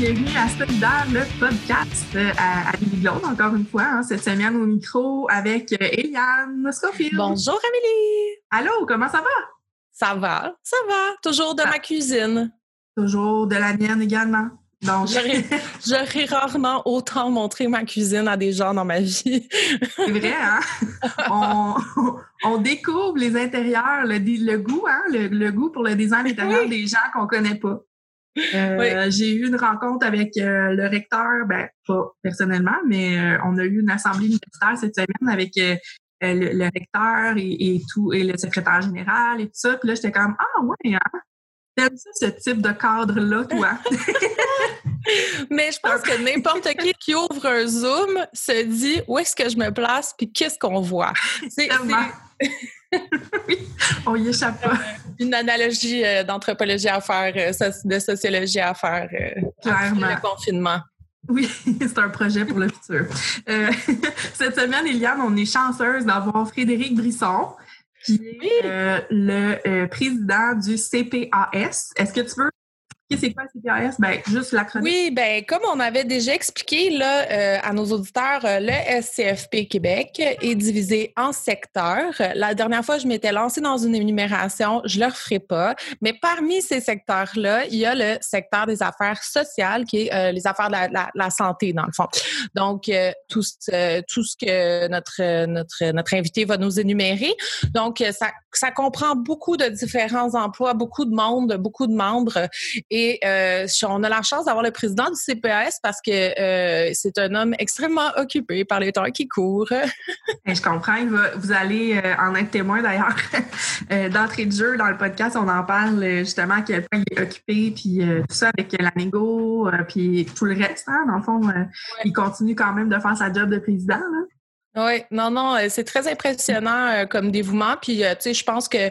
bienvenue à Solidaire, le podcast à Amélie Glaude, encore une fois, cette semaine au micro avec Eliane Scofield. Bonjour Amélie! Allô, comment ça va? Ça va. Toujours de ma cuisine. Toujours de la mienne également. Donc, j'aurais rarement autant montré ma cuisine à des gens dans ma vie. C'est vrai, hein? On découvre les intérieurs, le goût, hein? Le goût pour le design intérieur des gens qu'on connaît pas. J'ai eu une rencontre avec le recteur, pas personnellement, mais on a eu une assemblée universitaire cette semaine avec le recteur et tout, et le secrétaire général et tout ça. Puis là, j'étais comme, ah ouais, hein? T'aimes ça, ce type de cadre-là, toi? Mais je pense que n'importe qui ouvre un Zoom se dit où est-ce que je me place puis qu'est-ce qu'on voit. C'est oui, on y échappe pas. Une analogie d'anthropologie à faire, de sociologie à faire clairement. Après le confinement. Oui, c'est un projet pour le futur. Cette semaine, Eliane, on est chanceuse d'avoir Frédéric Brisson, qui est le président du CPAS. Est-ce que tu veux expliquer c'est quoi le CPAS? Juste l'acronyme. Oui, comme on avait déjà expliqué là, à nos auditeurs, le SCFP Québec est divisé en secteurs. La dernière fois, je m'étais lancée dans une énumération, je ne le referai pas, mais parmi ces secteurs-là, il y a le secteur des affaires sociales, qui est les affaires de la santé, dans le fond. Donc, tout ce que notre invité va nous énumérer. Donc, ça comprend beaucoup de différents emplois, beaucoup de monde, beaucoup de membres. Et on a la chance d'avoir le président du CPAS parce que c'est un homme extrêmement occupé par les temps qui courent. Je comprends. Vous allez en être témoin d'ailleurs. D'entrée de jeu, dans le podcast, on en parle justement à quel point il est occupé, puis tout ça avec la négo, puis tout le reste. Hein, dans le fond, il continue quand même de faire sa job de président, là. Oui, non, c'est très impressionnant comme dévouement. Puis, tu sais, je pense que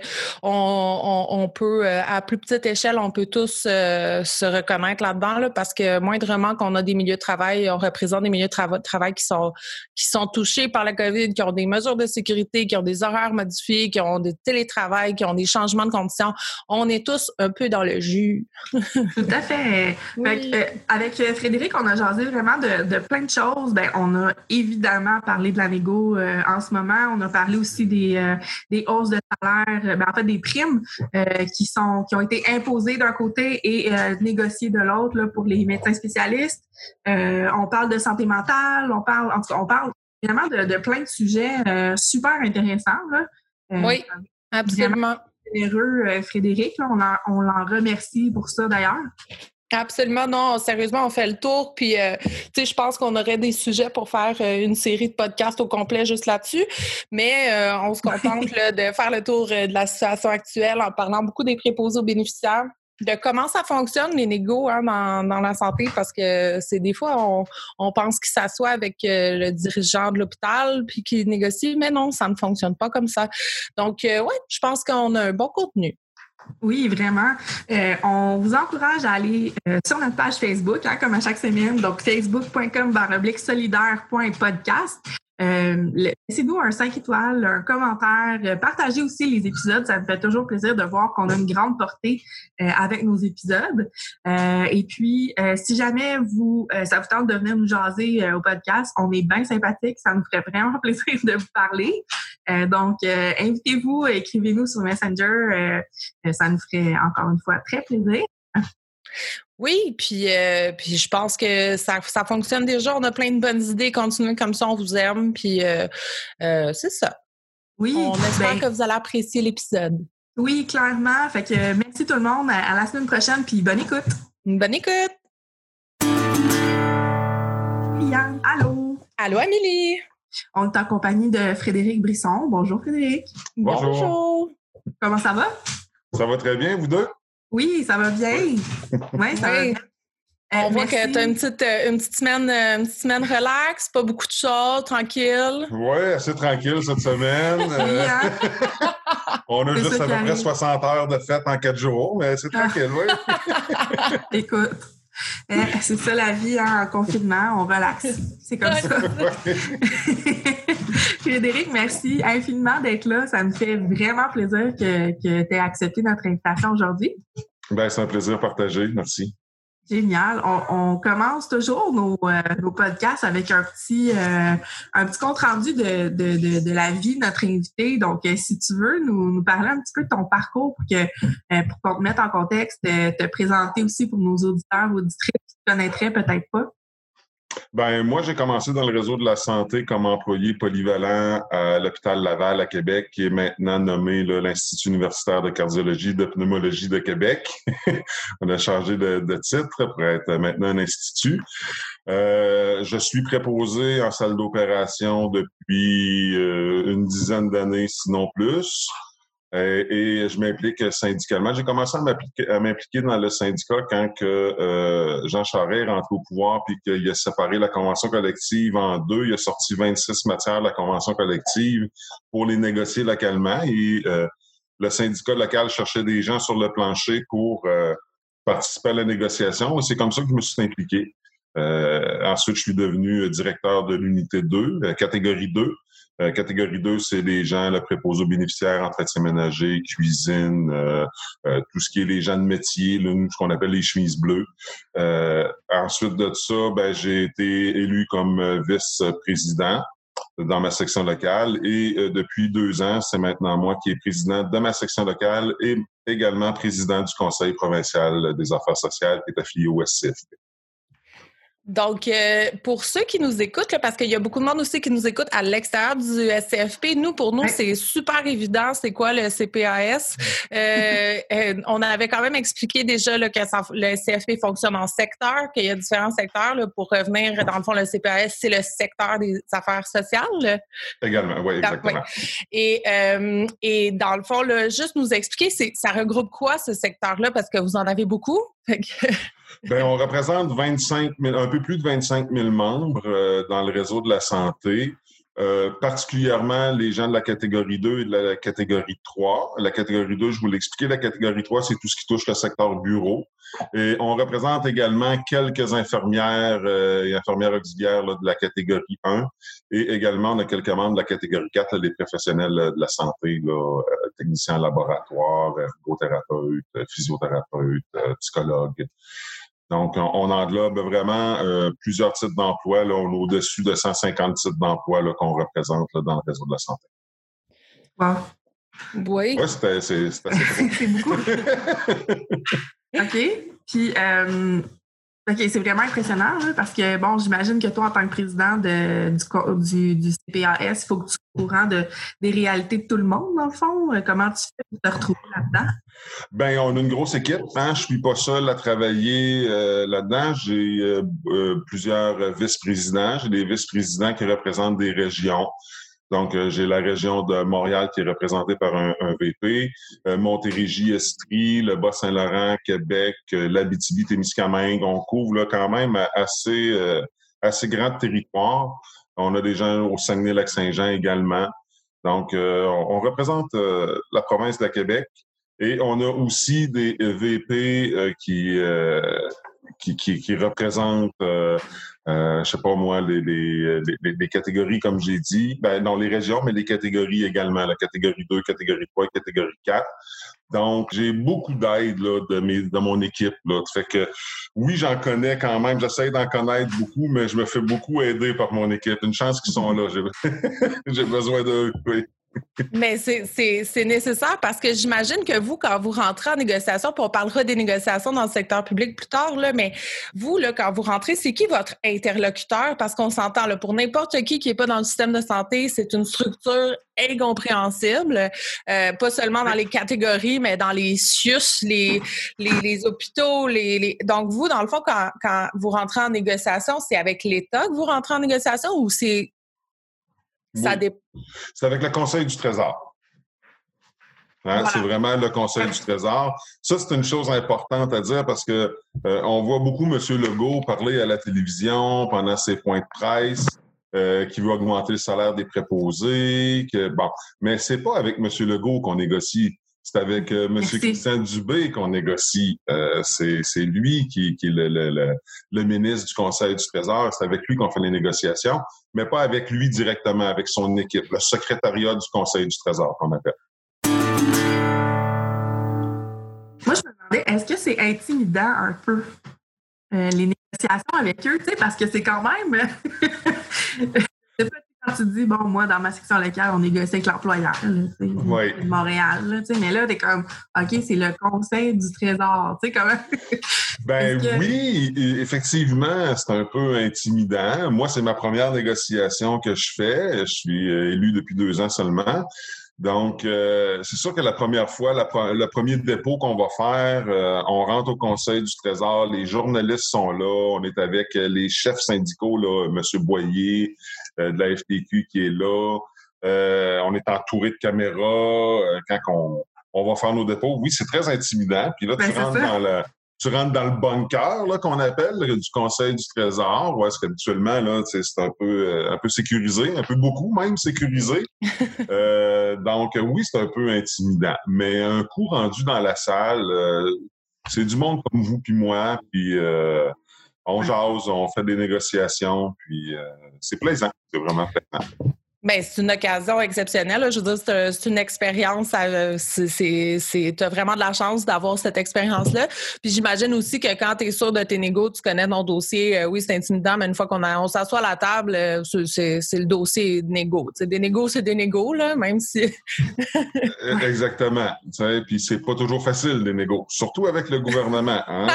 on peut, à plus petite échelle, on peut tous se reconnaître là-dedans, là, parce que moindrement qu'on a des milieux de travail, on représente des milieux de travail qui sont touchés par la COVID, qui ont des mesures de sécurité, qui ont des horaires modifiés, qui ont des télétravail, qui ont des changements de conditions. On est tous un peu dans le jus. Tout à fait. Oui. Avec Frédéric, on a jasé vraiment de plein de choses. On a évidemment parlé de la négo en ce moment. On a parlé aussi des hausses de salaire, en fait des primes qui ont été imposées d'un côté et négociées de l'autre là, pour les médecins spécialistes. On parle de santé mentale, on parle vraiment de plein de sujets super intéressants. Là. Oui, absolument. Généreux, Frédéric, là, on l'en remercie pour ça d'ailleurs. Absolument, non, sérieusement, on fait le tour, puis tu sais, je pense qu'on aurait des sujets pour faire une série de podcasts au complet juste là-dessus, mais on se contente là, de faire le tour de la situation actuelle en parlant beaucoup des préposés aux bénéficiaires, de comment ça fonctionne les négos dans la santé, parce que c'est des fois, on pense qu'il s'assoit avec le dirigeant de l'hôpital puis qu'il négocie, mais non, ça ne fonctionne pas comme ça. Donc, je pense qu'on a un bon contenu. Oui, vraiment. On vous encourage à aller sur notre page Facebook, comme à chaque semaine, donc facebook.com/solidaire.podcast. Laissez-nous un 5 étoiles, un commentaire, partagez aussi les épisodes, ça me fait toujours plaisir de voir qu'on a une grande portée avec nos épisodes. Et puis, si jamais ça vous tente de venir nous jaser au podcast, on est bien sympathique, ça nous ferait vraiment plaisir de vous parler. Donc, invitez-vous, écrivez-nous sur Messenger, ça nous ferait encore une fois très plaisir. Oui, puis je pense que ça fonctionne déjà. On a plein de bonnes idées. Continuez comme ça, on vous aime. Puis c'est ça. Oui. On espère que vous allez apprécier l'épisode. Oui, clairement. Fait que merci tout le monde. À la semaine prochaine. Puis bonne écoute. Bonne écoute. Yann, allô. Allô, Amélie. On est en compagnie de Frédéric Brisson. Bonjour, Frédéric. Bonjour. Comment ça va? Ça va très bien, vous deux? Oui, ça va bien. Oui, ça va bien. On voit que tu as une petite semaine relax, pas beaucoup de choses, tranquille. Oui, assez tranquille cette semaine. On a juste à peu près 60 heures de fête en 4 jours, mais c'est tranquille, oui. Écoute, c'est ça la vie en confinement, on relaxe. C'est comme ça. Frédéric, merci infiniment d'être là. Ça me fait vraiment plaisir que tu aies accepté notre invitation aujourd'hui. C'est un plaisir partagé. Merci. Génial. On commence toujours nos podcasts avec un petit compte-rendu de la vie de notre invité. Donc, si tu veux nous parler un petit peu de ton parcours pour qu'on te mette en contexte, te présenter aussi pour nos auditeurs, auditrices qui ne te connaîtraient peut-être pas. Ben moi, j'ai commencé dans le réseau de la santé comme employé polyvalent à l'hôpital Laval à Québec, qui est maintenant nommé l'Institut universitaire de cardiologie et de pneumologie de Québec. On a changé de titre pour être maintenant un institut. Je suis préposé en salle d'opération depuis une dizaine d'années, sinon plus. Et je m'implique syndicalement. J'ai commencé à m'impliquer dans le syndicat quand Jean Charest est rentré au pouvoir puis qu'il a séparé la convention collective en deux. Il a sorti 26 matières de la convention collective pour les négocier localement. Et le syndicat local cherchait des gens sur le plancher pour participer à la négociation. Et c'est comme ça que je me suis impliqué. Ensuite, je suis devenu directeur de l'unité 2, catégorie 2. Catégorie 2, c'est les gens, le préposé aux bénéficiaires, entretien ménager, cuisine, tout ce qui est les gens de métier, ce qu'on appelle les chemises bleues. Ensuite de ça, j'ai été élu comme vice-président dans ma section locale et depuis 2 ans, c'est maintenant moi qui est président de ma section locale et également président du Conseil provincial des affaires sociales qui est affilié au SCFP. Donc, pour ceux qui nous écoutent, là, parce qu'il y a beaucoup de monde aussi qui nous écoute à l'extérieur du SCFP, pour nous, c'est super évident c'est quoi le CPAS. On avait quand même expliqué déjà là, que le SCFP fonctionne en secteur, qu'il y a différents secteurs. Là, pour revenir, dans le fond, le CPAS, c'est le secteur des affaires sociales. Également, oui, exactement. Ouais. Et dans le fond, là, juste nous expliquer, ça regroupe quoi ce secteur-là? Parce que vous en avez beaucoup. On représente un peu plus de 25 000 membres dans le réseau de la santé, particulièrement les gens de la catégorie 2 et de la catégorie 3. La catégorie 2, je vous l'expliquais, la catégorie 3, c'est tout ce qui touche le secteur bureau. Et on représente également quelques infirmières et infirmières auxiliaires de la catégorie 1. Et également, on a quelques membres de la catégorie 4, les professionnels de la santé, techniciens en laboratoire, ergothérapeutes, physiothérapeutes, psychologues. Donc, on englobe vraiment plusieurs types d'emplois. Là, on est au-dessus de 150 types d'emplois qu'on représente dans le réseau de la santé. Wow. Oui. Oui, c'est assez c'est beaucoup. OK. Puis, OK, c'est vraiment impressionnant parce que, bon, j'imagine que toi, en tant que président du CPAS, il faut que tu sois au courant des réalités de tout le monde, dans le fond. Comment tu fais pour te retrouver là-dedans? On a une grosse équipe. Je suis pas seul à travailler là-dedans. J'ai plusieurs vice-présidents. J'ai des vice-présidents qui représentent des régions. Donc, j'ai la région de Montréal qui est représentée par un VP, Montérégie, Estrie, le Bas-Saint-Laurent, Québec, l'Abitibi-Témiscamingue. On couvre là, quand même assez grand territoire. On a des gens au Saguenay-Lac-Saint-Jean également. Donc, on représente la province de Québec et on a aussi des VP qui représentent je sais pas moi, les catégories, comme j'ai dit. Non, les régions, mais les catégories également. La catégorie 2, catégorie 3 et catégorie 4. Donc, j'ai beaucoup d'aide là, de mon équipe. Là. Ça fait que, oui, j'en connais quand même. J'essaie d'en connaître beaucoup, mais je me fais beaucoup aider par mon équipe. Une chance qu'ils sont là. J'ai besoin d'eux. Oui. Mais c'est nécessaire parce que j'imagine que vous, quand vous rentrez en négociation, puis on parlera des négociations dans le secteur public plus tard, là, mais vous, là, quand vous rentrez, c'est qui votre interlocuteur? Parce qu'on s'entend, là, pour n'importe qui n'est pas dans le système de santé, c'est une structure incompréhensible, pas seulement dans les catégories, mais dans les CIUS, les hôpitaux. Donc, vous, dans le fond, quand vous rentrez en négociation, c'est avec l'État que vous rentrez en négociation ou c'est... Oui. C'est avec le Conseil du Trésor. Voilà. C'est vraiment le Conseil du Trésor. Ça, c'est une chose importante à dire parce que on voit beaucoup M. Legault parler à la télévision pendant ses points de presse qui veut augmenter le salaire des préposés. Mais c'est pas avec M. Legault qu'on négocie. C'est avec M. Christian Dubé qu'on négocie. C'est lui qui est le ministre du Conseil du Trésor. C'est avec lui qu'on fait les négociations, mais pas avec lui directement, avec son équipe, le secrétariat du Conseil du Trésor qu'on appelle. Moi, je me demandais, est-ce que c'est intimidant un peu les négociations avec eux, tu sais, parce que c'est quand même... C'est pas quand tu te dis, bon, moi, dans ma section locale, on négocie avec l'employeur, là, Oui. de Montréal, là, mais là, t'es comme, OK, c'est le conseil du trésor, tu sais, comment... Ben oui, effectivement, c'est un peu intimidant. Moi, c'est ma première négociation que je fais. Je suis élu depuis 2 ans seulement. Donc, c'est sûr que la première fois, le premier dépôt qu'on va faire, on rentre au Conseil du Trésor, les journalistes sont là, on est avec les chefs syndicaux, là, M. Boyer de la FTQ qui est là. On est entouré de caméras quand on va faire nos dépôts. Oui, c'est très intimidant. Puis là, tu rentres dans le bunker là, qu'on appelle là, du Conseil du Trésor, où est-ce qu'habituellement, là, c'est un peu sécurisé, un peu beaucoup même sécurisé. Donc, oui, c'est un peu intimidant. Mais un coup rendu dans la salle, c'est du monde comme vous puis moi, puis on jase, on fait des négociations, puis c'est plaisant. C'est vraiment plaisant. Bien, c'est une occasion exceptionnelle. Là. Je veux dire, c'est une expérience. Tu as vraiment de la chance d'avoir cette expérience-là. Puis j'imagine aussi que quand tu es sûr de tes négos, tu connais ton dossier. Oui, c'est intimidant, mais une fois on s'assoit à la table, c'est le dossier de négo. T'sais, des négos, c'est des négos, là, même si... Exactement. Puis c'est pas toujours facile, les négos. Surtout avec le gouvernement. Hein?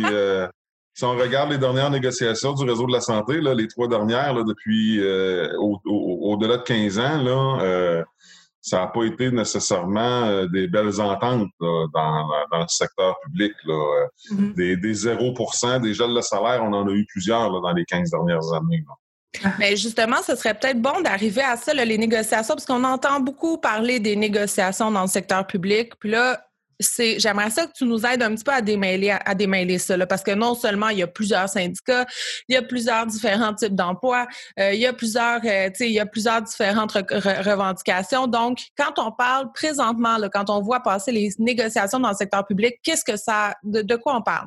Si on regarde les dernières négociations du réseau de la santé, là, les 3 dernières, là, depuis au-delà de 15 ans, là, ça n'a pas été nécessairement des belles ententes là, dans le secteur public. Là. Des 0%, des gels de salaire, on en a eu plusieurs là, dans les 15 dernières années. Là. Mais justement, ce serait peut-être bon d'arriver à ça, là, les négociations, parce qu'on entend beaucoup parler des négociations dans le secteur public. Puis là, j'aimerais ça que tu nous aides un petit peu à démêler ça, là, parce que non seulement il y a plusieurs syndicats, il y a plusieurs différents types d'emplois, il y a plusieurs différentes revendications. Donc, quand on parle présentement, là, quand on voit passer les négociations dans le secteur public, de quoi on parle?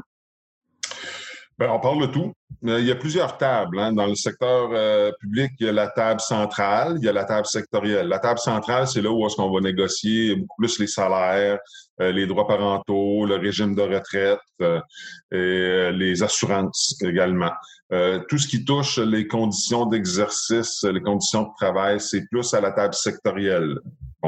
Ben, on parle de tout. Il y a plusieurs tables. Hein. Dans le secteur public, il y a la table centrale, il y a la table sectorielle. La table centrale, c'est là où est-ce qu'on va négocier beaucoup plus les salaires, les droits parentaux, le régime de retraite et les assurances également. Tout ce qui touche les conditions d'exercice, les conditions de travail, c'est plus à la table sectorielle.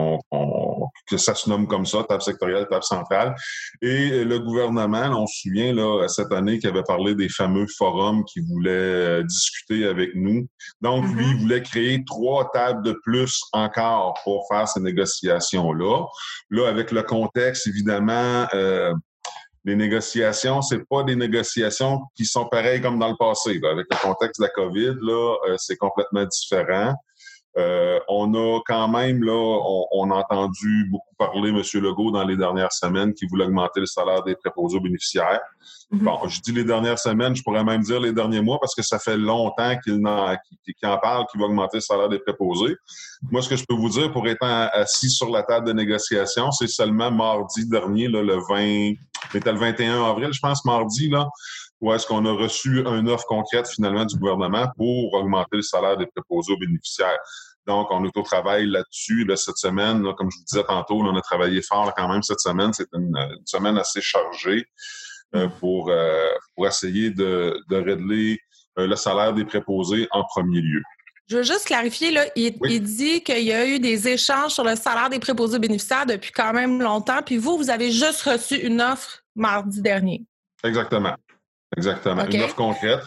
Que ça se nomme comme ça, table sectorielle, table centrale. Et le gouvernement, on se souvient là, cette année qu'il avait parlé des fameux forums qui voulaient discuter avec nous. Donc, lui, il voulait créer 3 tables de plus encore pour faire ces négociations-là. Là, avec le contexte, évidemment, les négociations, c'est pas des négociations qui sont pareilles comme dans le passé. Là. Avec le contexte de la COVID, là, c'est complètement différent. On a quand même, là, on a entendu beaucoup parler, M. Legault, dans les dernières semaines, qui voulait augmenter le salaire des préposés aux bénéficiaires. Bon, je dis les dernières semaines, je pourrais même dire les derniers mois, parce que ça fait longtemps qu'il en parle, qu'il va augmenter le salaire des préposés. Moi, ce que je peux vous dire, pour être assis sur la table de négociation, c'est seulement mardi dernier, là, c'était le 21 avril, je pense, mardi, là, où est-ce qu'on a reçu une offre concrète, finalement, du gouvernement pour augmenter le salaire des préposés aux bénéficiaires. Donc, on est au travail là-dessus là, cette semaine. Là, comme je vous disais tantôt, là, on a travaillé fort là, quand même cette semaine. C'est une semaine assez chargée pour essayer de régler le salaire des préposés en premier lieu. Je veux juste clarifier, là, il dit qu'il y a eu des échanges sur le salaire des préposés bénéficiaires depuis quand même longtemps, puis vous avez juste reçu une offre mardi dernier. Exactement. Okay. Une offre concrète.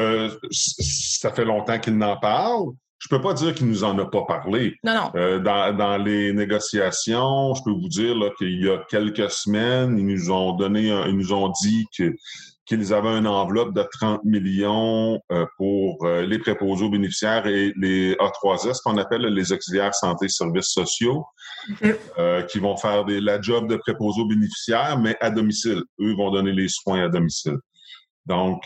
Ça fait longtemps qu'il n'en parle. Je peux pas dire qu'il nous en a pas parlé. Non. Dans les négociations, je peux vous dire là, qu'il y a quelques semaines, ils nous ont dit qu'ils avaient une enveloppe de 30 millions pour les préposés aux bénéficiaires et les A3S, qu'on appelle les auxiliaires santé et services sociaux, qui vont faire la job de préposés aux bénéficiaires, mais à domicile. Eux vont donner les soins à domicile. Donc,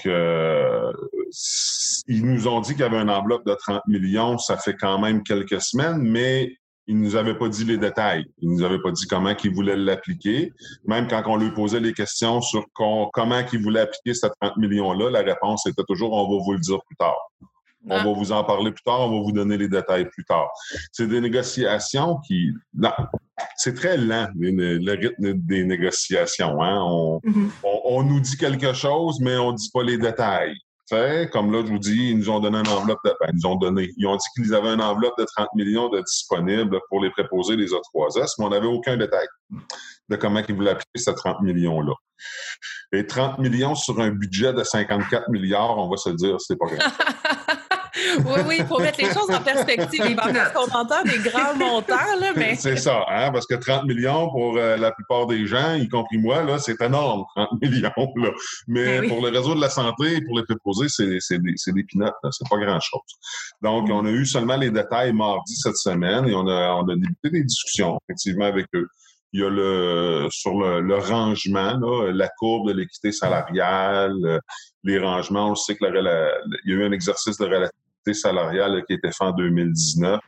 ils nous ont dit qu'il y avait une enveloppe de 30 millions. Ça fait quand même quelques semaines, mais ils nous avaient pas dit les détails. Ils nous avaient pas dit comment ils voulaient l'appliquer. Même quand on lui posait les questions sur comment ils voulaient appliquer ces 30 millions-là, la réponse était toujours « on va vous le dire plus tard ». On va vous en parler plus tard, on va vous donner les détails plus tard. C'est des négociations qui... Non, c'est très lent, le rythme des négociations. Hein? On nous dit quelque chose, mais on ne dit pas les détails. T'sais, comme là, je vous dis, ils nous ont donné une enveloppe ils ont dit qu'ils avaient une enveloppe de 30 millions de disponibles pour les préposés des A3S, mais on n'avait aucun détail de comment ils voulaient appliquer ces 30 millions-là. Et 30 millions sur un budget de 54 milliards, on va se dire, c'est pas grave. Oui, il faut mettre les choses en perspective. Parce qu'on entend des grands montants, là, mais... C'est ça, hein, parce que 30 millions pour la plupart des gens, y compris moi, là, c'est énorme, 30 millions. Là. Mais pour le réseau de la santé, pour les préposés, c'est des peanuts, là, c'est pas grand-chose. Donc, on a eu seulement les détails mardi cette semaine et on a débuté des discussions, effectivement, avec eux. Il y a sur le rangement, là, la courbe de l'équité salariale, les rangements. On sait qu'il y a eu un exercice de relativité salariale qui a été fait en 2019.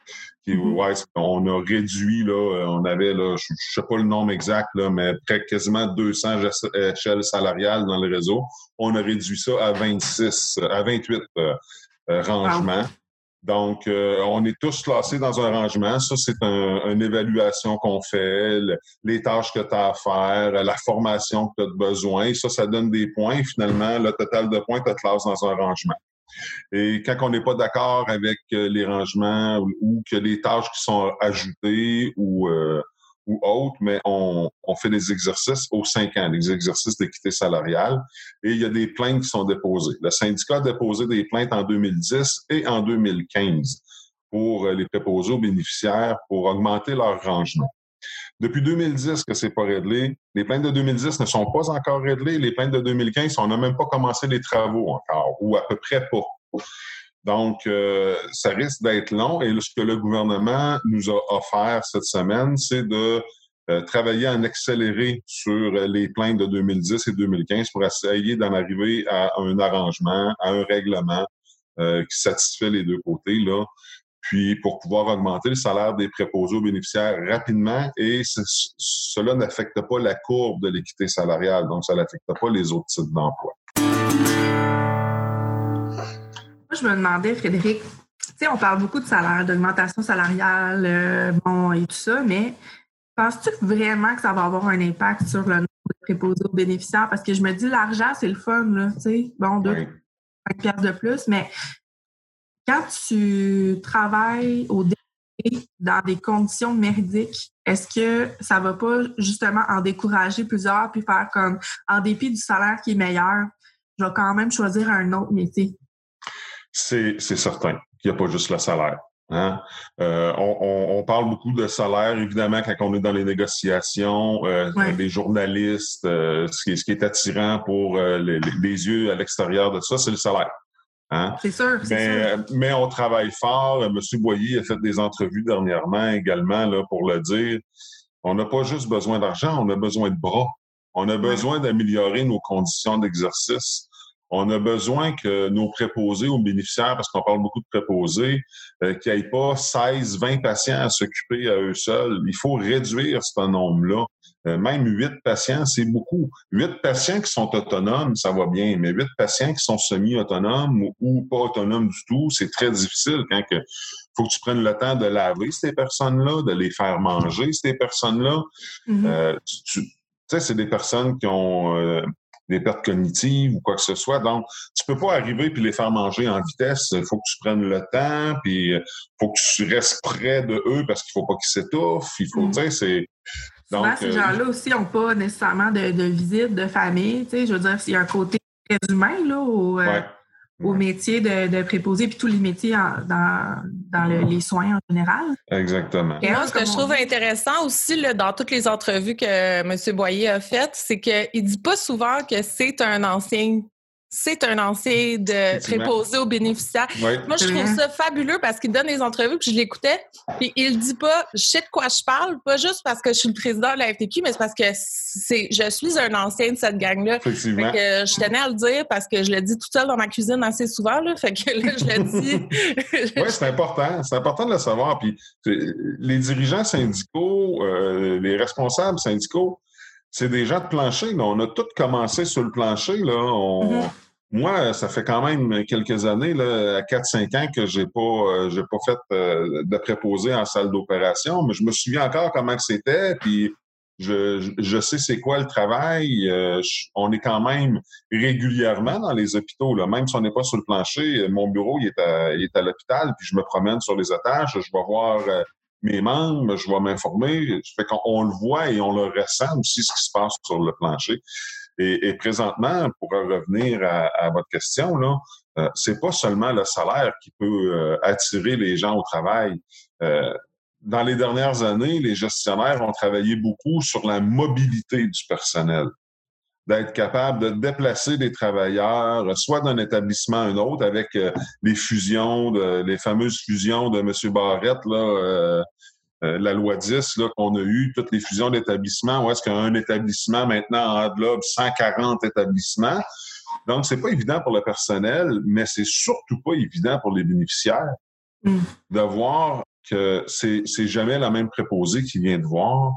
On a réduit, là, on avait, là, je ne sais pas le nombre exact, là, mais quasiment 200 échelles salariales dans le réseau. On a réduit ça à 28 rangements. Donc, on est tous classés dans un rangement. Ça, c'est une évaluation qu'on fait, les tâches que tu as à faire, la formation que tu as besoin. Ça donne des points. Finalement, le total de points te classe dans un rangement. Et quand on n'est pas d'accord avec les rangements ou que les tâches qui sont ajoutées ou autres, mais on fait des exercices aux 5 ans, des exercices d'équité salariale, et il y a des plaintes qui sont déposées. Le syndicat a déposé des plaintes en 2010 et en 2015 pour les préposés aux bénéficiaires pour augmenter leur rangement. Depuis 2010 que c'est pas réglé, les plaintes de 2010 ne sont pas encore réglées, les plaintes de 2015, on n'a même pas commencé les travaux encore, ou à peu près pas. Donc, ça risque d'être long. Et ce que le gouvernement nous a offert cette semaine, c'est de travailler en accéléré sur les plaintes de 2010 et 2015 pour essayer d'en arriver à un arrangement, à un règlement qui satisfait les deux côtés, là. Puis pour pouvoir augmenter le salaire des préposés aux bénéficiaires rapidement, et cela n'affecte pas la courbe de l'équité salariale, donc ça n'affecte pas les autres types d'emploi. Moi, je me demandais, Frédéric, tu sais, on parle beaucoup de salaire, d'augmentation salariale, et tout ça, mais penses-tu vraiment que ça va avoir un impact sur le nombre de préposés aux bénéficiaires? Parce que je me dis, l'argent, c'est le fun, là, tu sais, bon, 5 piastres de plus, mais quand tu travailles au début dans des conditions méridiques, est-ce que ça va pas justement en décourager plusieurs puis faire comme, en dépit du salaire qui est meilleur, je vais quand même choisir un autre métier? C'est certain qu'il n'y a pas juste le salaire. Hein? On parle beaucoup de salaire, évidemment, quand on est dans les négociations, les journalistes, ce qui est attirant pour les yeux à l'extérieur de ça, c'est le salaire. Hein? C'est sûr, mais on travaille fort. M. Boyer a fait des entrevues dernièrement également là, pour le dire. On n'a pas juste besoin d'argent, on a besoin de bras. On a besoin d'améliorer nos conditions d'exercice. On a besoin que nos préposés aux bénéficiaires, parce qu'on parle beaucoup de préposés, qu'il n'y ait pas 16, 20 patients à s'occuper à eux seuls. Il faut réduire ce nombre-là. Même 8 patients, c'est beaucoup. 8 patients qui sont autonomes, ça va bien, mais 8 patients qui sont semi-autonomes ou pas autonomes du tout, c'est très difficile quand il faut que tu prennes le temps de laver ces personnes-là, de les faire manger, ces personnes-là. Tu sais, c'est des personnes qui ont des pertes cognitives ou quoi que ce soit. Donc, tu peux pas arriver puis les faire manger en vitesse. Il faut que tu prennes le temps, puis il faut que tu restes près de eux parce qu'il faut pas qu'ils s'étouffent. Il faut, tu sais, c'est... Souvent, ces gens-là aussi n'ont pas nécessairement de visite de famille. Tu sais, je veux dire, il y a un côté très humain là, au métier de préposé, puis tous les métiers dans les soins en général. Exactement. Et moi, ce que je trouve intéressant aussi là, dans toutes les entrevues que M. Boyer a faites, c'est qu'il ne dit pas souvent que c'est un ancien de préposé aux bénéficiaires. Oui. Moi, je trouve ça fabuleux parce qu'il donne des entrevues, puis je l'écoutais, puis il dit pas « je sais de quoi je parle », pas juste parce que je suis le président de la FTQ, mais c'est parce que je suis un ancien de cette gang-là. Effectivement. Fait que je tenais à le dire parce que je le dis toute seule dans ma cuisine assez souvent, là, fait que là, je le dis. Oui, c'est important. C'est important de le savoir. Puis les dirigeants syndicaux, les responsables syndicaux, c'est des gens de plancher. Là. On a tous commencé sur le plancher. Là. Moi, ça fait quand même quelques années, là, à 4-5 ans, que j'ai pas fait de préposé en salle d'opération, mais je me souviens encore comment que c'était, puis je sais c'est quoi le travail. On est quand même régulièrement dans les hôpitaux, là, même si on n'est pas sur le plancher. Mon bureau, il est à l'hôpital, puis je me promène sur les étages, je vais voir mes membres, je vais m'informer. Fait qu'on le voit et on le ressent aussi, ce qui se passe sur le plancher. Et présentement, pour revenir à votre question, là, c'est pas seulement le salaire qui peut attirer les gens au travail. Dans les dernières années, les gestionnaires ont travaillé beaucoup sur la mobilité du personnel, d'être capable de déplacer des travailleurs, soit d'un établissement à un autre, avec les fusions, les fameuses fusions de M. Barrette, là, la loi 10 là, qu'on a eu, toutes les fusions d'établissements, où est-ce qu'un établissement maintenant englobe 140 établissements. Donc, c'est pas évident pour le personnel, mais c'est surtout pas évident pour les bénéficiaires de voir que c'est jamais la même préposée qui vient de voir.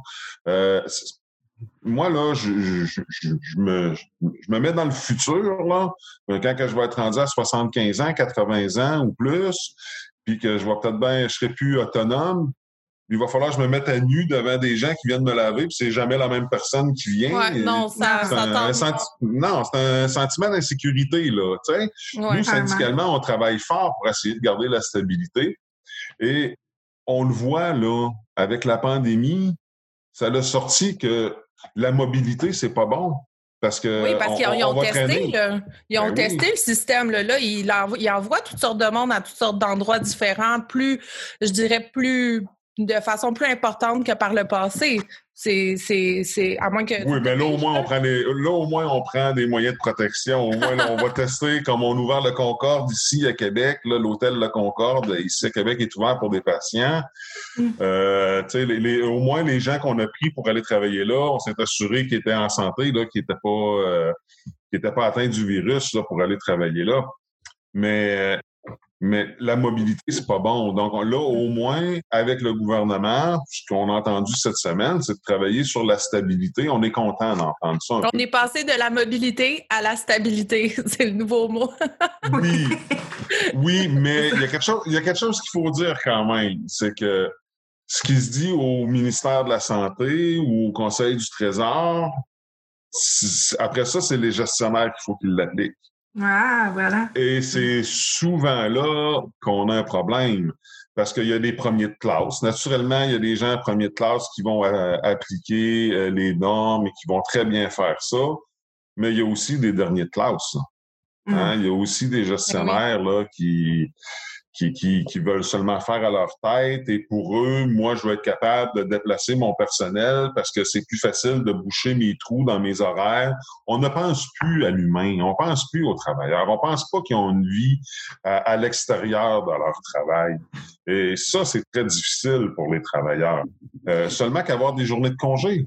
Moi, là, je me mets dans le futur, là, quand que je vais être rendu à 75 ans, 80 ans ou plus, puis que je serai plus autonome. Il va falloir que je me mette à nu devant des gens qui viennent me laver, puis c'est jamais la même personne qui vient. Ouais, non, ça Non, c'est un sentiment d'insécurité, là. Tu sais, nous, syndicalement, on travaille fort pour essayer de garder la stabilité. Et on le voit, là, avec la pandémie, ça a sorti que la mobilité, c'est pas bon. Parce que oui, parce qu'ils ont testé, là. Ils ont testé le système, là. Ils envoient toutes sortes de monde à toutes sortes d'endroits différents, je dirais de façon plus importante que par le passé. C'est à moins que... Oui, mais là, au moins, on prend des moyens de protection. Au moins, là, on va tester, comme on a ouvert le Concorde ici à Québec, là, l'hôtel Le Concorde, ici à Québec, est ouvert pour des patients. Au moins, les gens qu'on a pris pour aller travailler là, on s'est assuré qu'ils étaient en santé, là, qu'ils n'étaient pas atteints du virus là, pour aller travailler là. Mais la mobilité, c'est pas bon. Donc là, au moins, avec le gouvernement, ce qu'on a entendu cette semaine, c'est de travailler sur la stabilité. On est content d'entendre ça. On est passé de la mobilité à la stabilité. C'est le nouveau mot. Oui, mais il y a quelque chose qu'il faut dire quand même. C'est que ce qui se dit au ministère de la Santé ou au Conseil du Trésor, après ça, c'est les gestionnaires qu'il faut qu'ils l'appliquent. Ah, voilà. Et c'est souvent là qu'on a un problème parce qu'il y a des premiers de classe. Naturellement, il y a des gens premiers de classe qui vont appliquer les normes et qui vont très bien faire ça, mais il y a aussi des derniers de classe. Hein? Il y a aussi des gestionnaires là, qui veulent seulement faire à leur tête et pour eux, moi, je vais être capable de déplacer mon personnel parce que c'est plus facile de boucher mes trous dans mes horaires. On ne pense plus à l'humain, on pense plus aux travailleurs, on pense pas qu'ils ont une vie à l'extérieur de leur travail. Et ça, c'est très difficile pour les travailleurs. Seulement qu'avoir des journées de congé.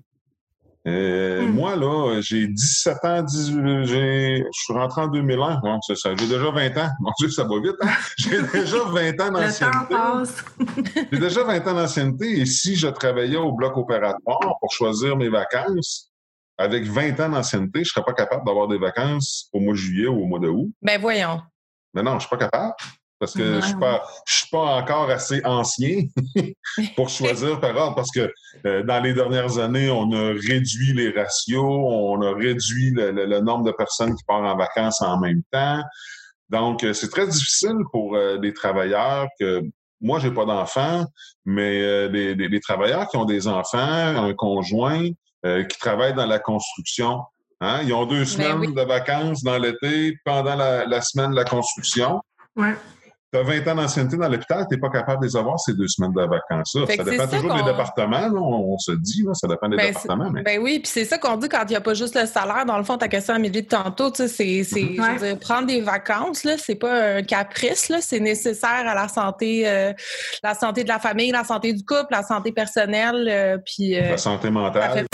Moi, là, j'ai 17 ans, je suis rentré en 2001. Bon, c'est ça. J'ai déjà 20 ans. Mon Dieu, ça va vite, hein? J'ai déjà 20 ans d'ancienneté. Le temps passe. J'ai déjà 20 ans d'ancienneté et si je travaillais au bloc opératoire pour choisir mes vacances, avec 20 ans d'ancienneté, je serais pas capable d'avoir des vacances au mois de juillet ou au mois d'août. Ben voyons. Mais non, je suis pas capable. Parce que je suis pas encore assez ancien pour choisir par ordre. Parce que dans les dernières années, on a réduit les ratios, on a réduit le nombre de personnes qui partent en vacances en même temps. Donc, c'est très difficile pour des travailleurs que... Moi, j'ai pas d'enfants, mais des travailleurs qui ont des enfants, un conjoint, qui travaillent dans la construction. Hein? Ils ont 2 semaines de vacances dans l'été pendant la semaine de la construction. Ouais. Tu as 20 ans d'ancienneté dans l'hôpital, tu n'es pas capable de les avoir ces 2 semaines de vacances-là. Ça dépend toujours des départements, là, on se dit, là, ça dépend des départements. Mais... Ben oui, puis c'est ça qu'on dit quand il n'y a pas juste le salaire. Dans le fond, ta question, Amélie, de tantôt, tu sais, je veux dire, prendre des vacances, là, c'est pas un caprice, là, c'est nécessaire à la santé de la famille, la santé du couple, la santé personnelle, puis... la santé mentale.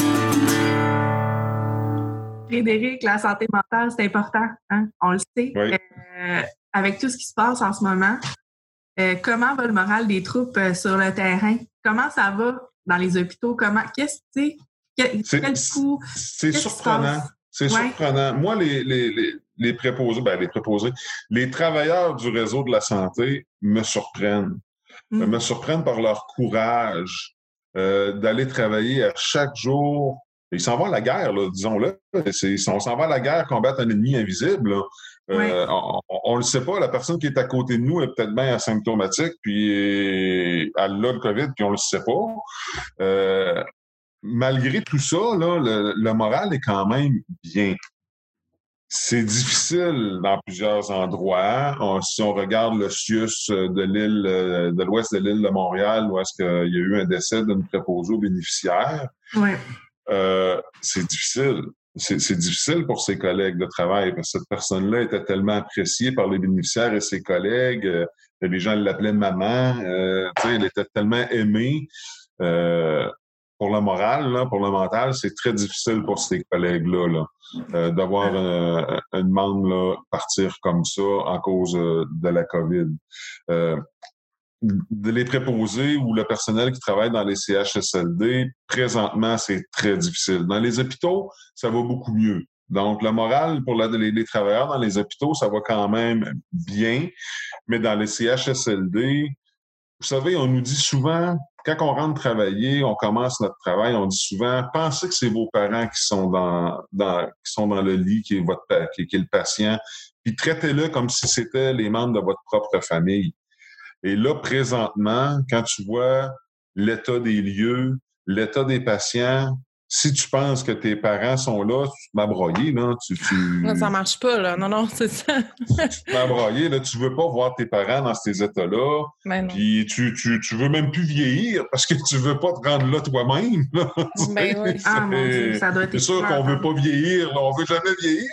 Frédéric, la santé mentale, c'est important, hein? On le sait. Oui. Avec tout ce qui se passe en ce moment, comment va le moral des troupes sur le terrain? Comment ça va dans les hôpitaux? Quel coup? C'est surprenant. C'est surprenant. Moi, les préposés, les travailleurs du réseau de la santé me surprennent. Me surprennent par leur courage d'aller travailler à chaque jour. Ils s'en vont à la guerre, là, disons-le. On s'en va à la guerre combattre un ennemi invisible. Là. On le sait pas, la personne qui est à côté de nous est peut-être bien asymptomatique, puis elle a le COVID, puis on le sait pas. Malgré tout ça, là, le moral est quand même bien. C'est difficile dans plusieurs endroits. Si on regarde le CIUS de l'île, de l'ouest de l'île de Montréal, où est-ce qu'il y a eu un décès d'une préposée aux bénéficiaires, c'est difficile. C'est difficile pour ses collègues de travail parce que cette personne-là était tellement appréciée par les bénéficiaires et ses collègues. Les gens l'appelaient maman. Elle était tellement aimée. Pour le moral, là, pour le mental, c'est très difficile pour ces collègues-là d'avoir une membre là, partir comme ça en cause de la COVID. De les préposés ou le personnel qui travaille dans les CHSLD, présentement, c'est très difficile. Dans les hôpitaux, ça va beaucoup mieux. Donc, le moral pour les travailleurs dans les hôpitaux, ça va quand même bien. Mais dans les CHSLD, vous savez, on nous dit souvent, quand on rentre travailler, on commence notre travail, on dit souvent, pensez que c'est vos parents qui sont dans le lit, qui est le patient, puis traitez-le comme si c'était les membres de votre propre famille. Et là, présentement, quand tu vois l'état des lieux, l'état des patients, si tu penses que tes parents sont là, tu m'as broyé, là. Non, ça marche pas, là. Non, c'est ça. Tu m'as broyé, là. Tu veux pas voir tes parents dans ces états-là. Puis tu veux même plus vieillir parce que tu veux pas te rendre là toi-même. Là. Ben oui. Ah, mon Dieu, ça doit être c'est sûr qu'on veut pas vieillir, là. On veut jamais vieillir,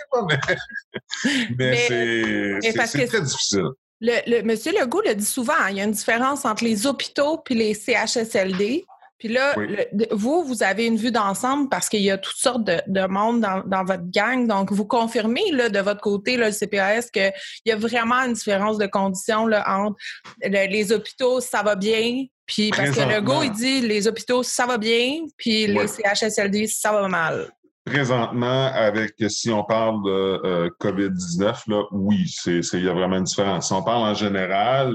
mais c'est très difficile. Monsieur Legault le dit souvent, hein, il y a une différence entre les hôpitaux puis les CHSLD. Puis là, vous avez une vue d'ensemble parce qu'il y a toutes sortes de monde dans votre gang. Donc, vous confirmez là, de votre côté, là, le CPAS, qu'il y a vraiment une différence de conditions là, entre les hôpitaux, ça va bien. Puis parce que Legault, il dit les hôpitaux, ça va bien. Puis les CHSLD, ça va mal. Présentement, si on parle de COVID-19, là, oui, il y a vraiment une différence. Si on parle en général,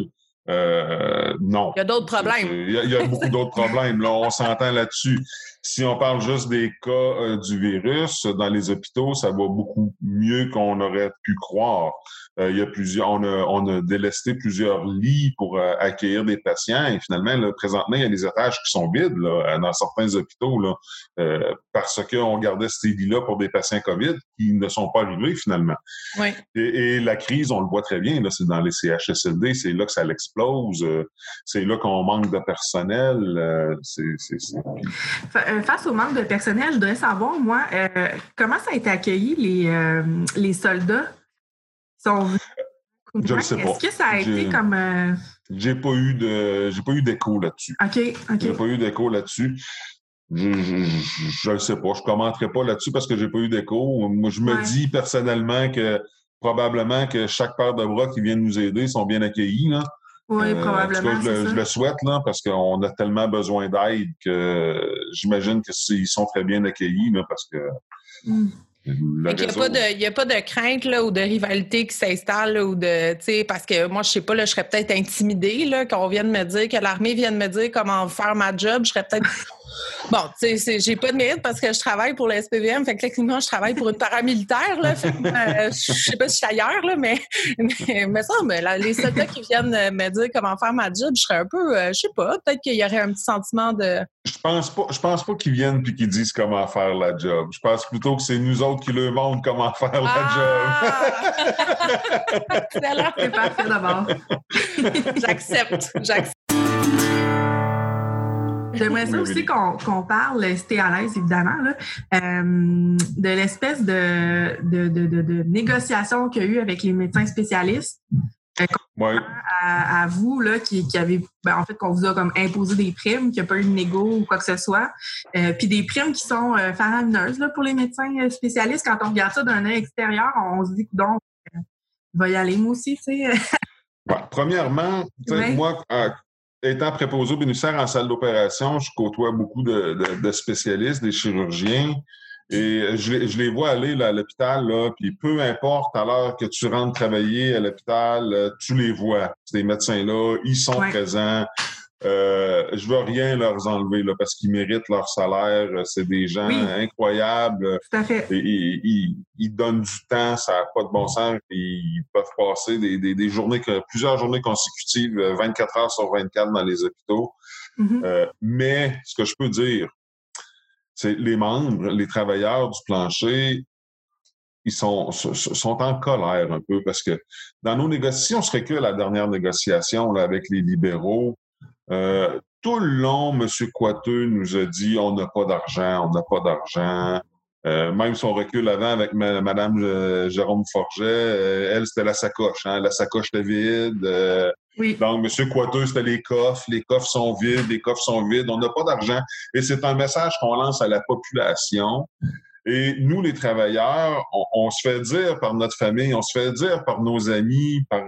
non. Il y a d'autres problèmes. Il y a beaucoup d'autres problèmes. Là, on s'entend là-dessus. Si on parle juste des cas du virus, dans les hôpitaux, ça va beaucoup mieux qu'on aurait pu croire. Il y a on a délesté plusieurs lits pour accueillir des patients et finalement, là, présentement, il y a des étages qui sont vides là, dans certains hôpitaux là, parce qu'on gardait ces lits-là pour des patients COVID qui ne sont pas arrivés finalement. Oui. Et la crise, on le voit très bien, là, c'est dans les CHSLD, c'est là que ça l'explose, c'est là qu'on manque de personnel. Face au manque de personnel, je voudrais savoir, moi, comment ça a été accueilli les soldats? Je ne sais pas. Est-ce que ça a été comme... J'ai pas eu d'écho là-dessus. OK. J'ai pas eu d'écho là-dessus. Je ne sais pas. Je commenterai pas là-dessus parce que j'ai pas eu d'écho. Moi, je me dis personnellement que probablement que chaque paire de bras qui viennent nous aider sont bien accueillis, là. Oui, probablement. En tout cas, je le souhaite, là, parce qu'on a tellement besoin d'aide que j'imagine qu'ils sont très bien accueillis, là, parce que... Il n'y a pas de crainte là, ou de rivalité qui s'installe là, ou de, tu sais, parce que moi, je sais pas, là, je serais peut-être intimidée là, qu'on vienne me dire, que l'armée vienne me dire comment faire ma job. Je serais peut-être... Bon, tu sais, j'ai pas de mérite parce que je travaille pour le SPVM, fait que techniquement, je travaille pour une paramilitaire, là. Fait que, je sais pas si je suis ailleurs, là, mais ça, les soldats qui viennent me dire comment faire ma job, je serais un peu, je sais pas, peut-être qu'il y aurait un petit sentiment de... Je pense pas qu'ils viennent puis qu'ils disent comment faire la job. Je pense plutôt que c'est nous autres qui leur montrent comment faire la job. Excellent. C'est parfait d'abord. J'accepte. J'aimerais ça aussi qu'on parle, si t'es à l'aise évidemment, là, de l'espèce de négociation qu'il y a eu avec les médecins spécialistes. À vous, là, qui avez, en fait, qu'on vous a comme imposé des primes, qu'il n'y a pas eu de négo ou quoi que ce soit. Puis des primes qui sont faramineuses là, pour les médecins spécialistes. Quand on regarde ça d'un œil extérieur, on se dit que donc, il va y aller, moi aussi, tu sais. Premièrement, moi, étant préposé aux bénéficiaires en salle d'opération, je côtoie beaucoup de spécialistes, des chirurgiens. Et je les vois aller là, à l'hôpital, là, puis peu importe à l'heure que tu rentres travailler à l'hôpital, tu les vois. Ces médecins-là, ils sont présents. Je veux rien leur enlever là, parce qu'ils méritent leur salaire. C'est des gens incroyables. Tout à fait. Ils donnent du temps, ça n'a pas de bon sens. Ils peuvent passer des journées, plusieurs journées consécutives, 24 heures sur 24 dans les hôpitaux. Mais ce que je peux dire, c'est les membres, les travailleurs du plancher, ils sont en colère un peu parce que dans nos négociations, si on se recule à la dernière négociation là, avec les libéraux, tout le long, M. Coiteux nous a dit on n'a pas d'argent, on n'a pas d'argent. Même si on recule avant avec Mme Jérôme Forget, elle, c'était la sacoche. Hein? La sacoche était vide. Donc, M. Coiteux, c'était les coffres sont vides, les coffres sont vides, on n'a pas d'argent. Et c'est un message qu'on lance à la population. Et nous, les travailleurs, on se fait dire par notre famille, on se fait dire par nos amis, par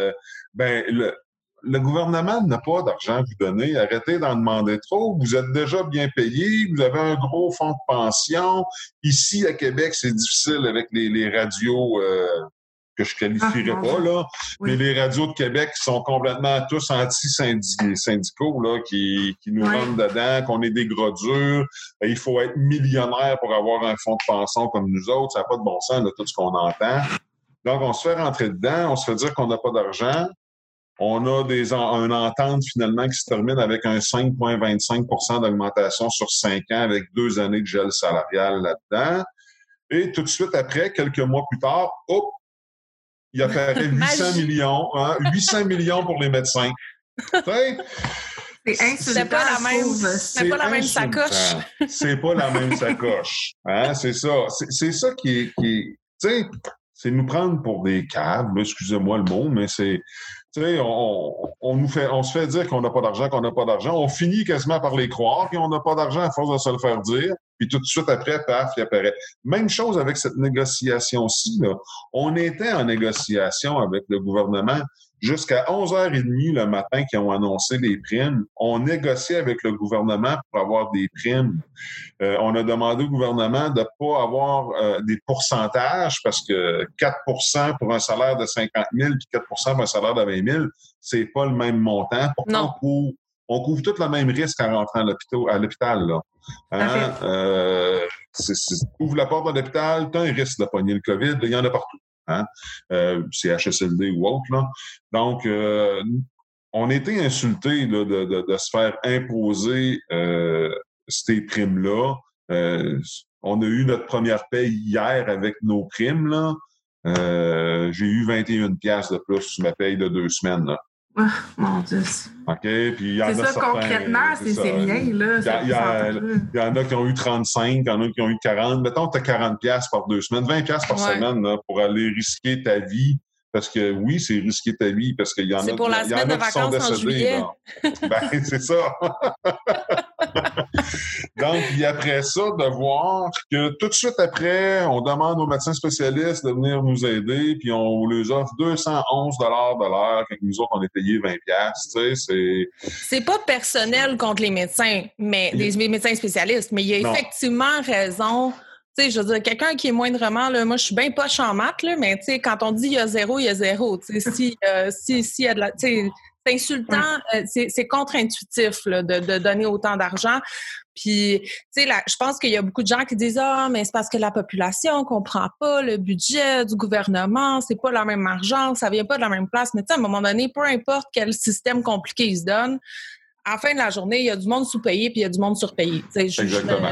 le gouvernement n'a pas d'argent à vous donner. Arrêtez d'en demander trop. Vous êtes déjà bien payés. Vous avez un gros fonds de pension. Ici, à Québec, c'est difficile avec les radios que je qualifierais pas, là. Mais les radios de Québec sont complètement tous anti-syndicaux, là, qui nous rentrent dedans, qu'on est des gros durs. Il faut être millionnaire pour avoir un fonds de pension comme nous autres. Ça n'a pas de bon sens, là, tout ce qu'on entend. Donc, on se fait rentrer dedans. On se fait dire qu'on n'a pas d'argent. On a une entente finalement qui se termine avec un 5,25 % d'augmentation sur 5 ans avec 2 années de gel salarial là-dedans. Et tout de suite après, quelques mois plus tard, il apparaît 800 millions, 800 millions pour les médecins. C'est insultant. C'est pas la même sacoche. C'est pas la même sacoche. Hein? C'est ça. C'est ça qui est tu sais, c'est nous prendre pour des caves, là, excusez-moi le mot, mais c'est, tu sais, on se fait dire qu'on n'a pas d'argent, On finit quasiment par les croire, puis on n'a pas d'argent à force de se le faire dire. Puis tout de suite après, paf, il apparaît. Même chose avec cette négociation-ci, là. On était en négociation avec le gouvernement jusqu'à 11h30 le matin qu'ils ont annoncé les primes. On négociait avec le gouvernement pour avoir des primes. On a demandé au gouvernement de ne pas avoir des pourcentages parce que 4 % pour un salaire de 50 000 puis 4 % pour un salaire de 20 000, c'est pas le même montant. Pourtant, on couvre tout le même risque en rentrant à l'hôpital. Là. Hein? Ouvre la porte de l'hôpital, tu as un risque de pogner le COVID, il y en a partout. Hein? CHSLD ou autre. Là. Donc, on a été insultés là, de se faire imposer ces primes-là. On a eu notre première paye hier avec nos primes. Là. J'ai eu 21 piastres de plus sur ma paye de 2 semaines. Là. Oh, mon Dieu. OK, puis il y en a ça, certains, concrètement, c'est rien, là. Il y en a qui ont eu 35, il y en a qui ont eu 40. Mettons que tu as 40 piastres par 2 semaines, 20 piastres par semaine là, pour aller risquer ta vie. Parce que oui, c'est risquer ta vie, parce qu'il y en a qui sont décédés. C'est pour la semaine de vacances en juillet. Ben, c'est ça. Donc, puis après ça, de voir que tout de suite après, on demande aux médecins spécialistes de venir nous aider, puis on leur offre 211 $ de l'heure, quand nous autres, on est payé 20 piastres, tu sais, c'est pas personnel contre les médecins, mais les médecins spécialistes, mais il y a effectivement raison. Tu sais, je veux dire, quelqu'un qui est moindrement, là, moi, je suis bien poche en maths, là, mais tu sais, quand on dit il y a zéro, il y a zéro. Tu sais, si il y a de la, tu sais, c'est insultant, c'est contre-intuitif, là, de donner autant d'argent. Puis, tu sais, je pense qu'il y a beaucoup de gens qui disent mais c'est parce que la population comprend pas le budget du gouvernement, c'est pas la même argent, ça vient pas de la même place. Mais tu sais, à un moment donné, peu importe quel système compliqué il se donne, à la fin de la journée, il y a du monde sous-payé puis il y a du monde surpayé. Tu sais, exactement.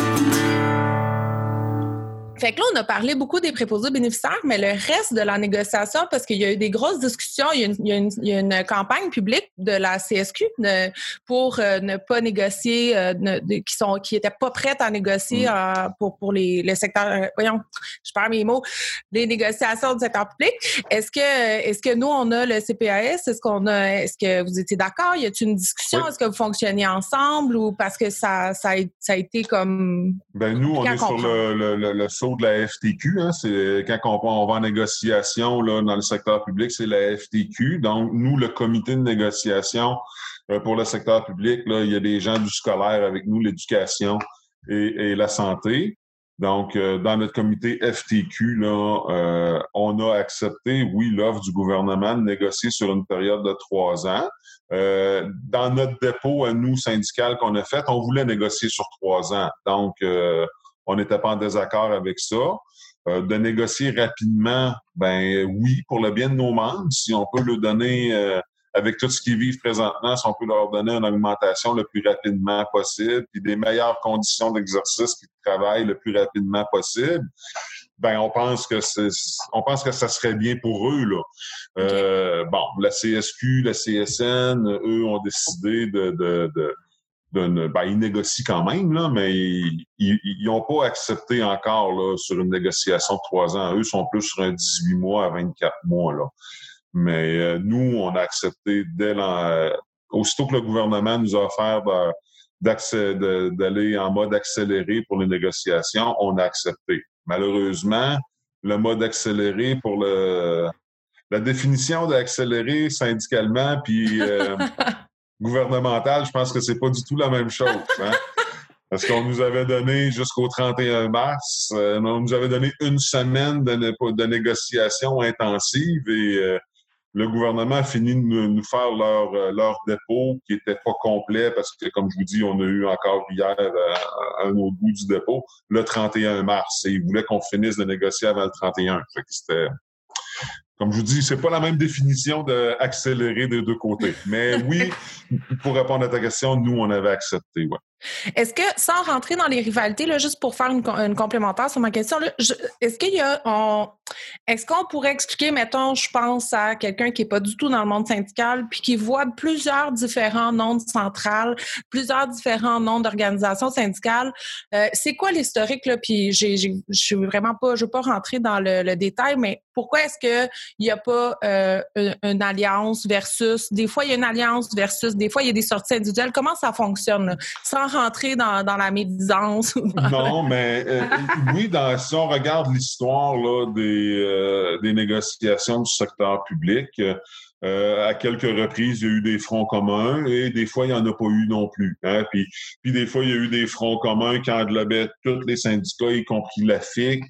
Fait que là, on a parlé beaucoup des préposés bénéficiaires, mais le reste de la négociation, parce qu'il y a eu des grosses discussions, il y a une campagne publique de la CSQ pour ne pas négocier, qui étaient pas prêtes à négocier pour les secteurs, je perds mes mots, les négociations du secteur public. Est-ce que nous, on a le CPAS? Est-ce que vous étiez d'accord? Y a-t-il une discussion? Oui. Est-ce que vous fonctionnez ensemble ou parce que ça a été comme... Ben nous, on est sur le saut de la FTQ. Hein, c'est quand on va en négociation là, dans le secteur public, c'est la FTQ. Donc, nous, le comité de négociation pour le secteur public, là, il y a des gens du scolaire avec nous, l'éducation et la santé. Donc, dans notre comité FTQ, là, on a accepté, oui, l'offre du gouvernement de négocier sur une période de 3 ans. Dans notre dépôt, à nous, syndical qu'on a fait, on voulait négocier sur 3 ans. Donc, on n'était pas en désaccord avec ça. De négocier rapidement, ben oui, pour le bien de nos membres, si on peut leur donner, avec tout ce qu'ils vivent présentement, si on peut leur donner une augmentation le plus rapidement possible, puis des meilleures conditions d'exercice puis de travail le plus rapidement possible, ben on pense que ça serait bien pour eux, là. Bon, la CSQ, la CSN, eux ont décidé ils négocient quand même, là, mais ils n'ont pas accepté encore là, sur une négociation de 3 ans. Eux sont plus sur un 18 mois à 24 mois. Là. Mais nous, on a accepté aussitôt que le gouvernement nous a offert d'aller en mode accéléré pour les négociations, on a accepté. Malheureusement, le mode accéléré pour la définition d'accéléré syndicalement, puis gouvernemental, je pense que c'est pas du tout la même chose. Hein? Parce qu'on nous avait donné jusqu'au 31 mars, on nous avait donné 1 semaine de négociations intensives et le gouvernement a fini de nous faire leur dépôt qui était pas complet parce que, comme je vous dis, on a eu encore hier un autre bout du dépôt, le 31 mars. Et ils voulaient qu'on finisse de négocier avant le 31. Fait que c'était... Comme je vous dis, c'est pas la même définition d'accélérer des deux côtés. Mais oui, pour répondre à ta question, nous, on avait accepté, ouais. Est-ce que, sans rentrer dans les rivalités, là, juste pour faire une complémentaire sur ma question, là, est-ce qu'on pourrait expliquer, mettons, je pense à quelqu'un qui n'est pas du tout dans le monde syndical puis qui voit plusieurs différents noms de centrales, plusieurs différents noms d'organisations syndicales. C'est quoi l'historique, là? Puis je veux pas rentrer dans le détail, mais pourquoi est-ce qu'il n'y a pas une alliance versus... Des fois, il y a une alliance versus... Des fois, il y a des sorties individuelles. Comment ça fonctionne, là? Sans rentrer dans la médisance? Non, mais oui, si on regarde l'histoire là, des négociations du secteur public, à quelques reprises, il y a eu des fronts communs et des fois, il n'y en a pas eu non plus. Hein? Puis des fois, il y a eu des fronts communs qui englobaient tous les syndicats, y compris la FIC.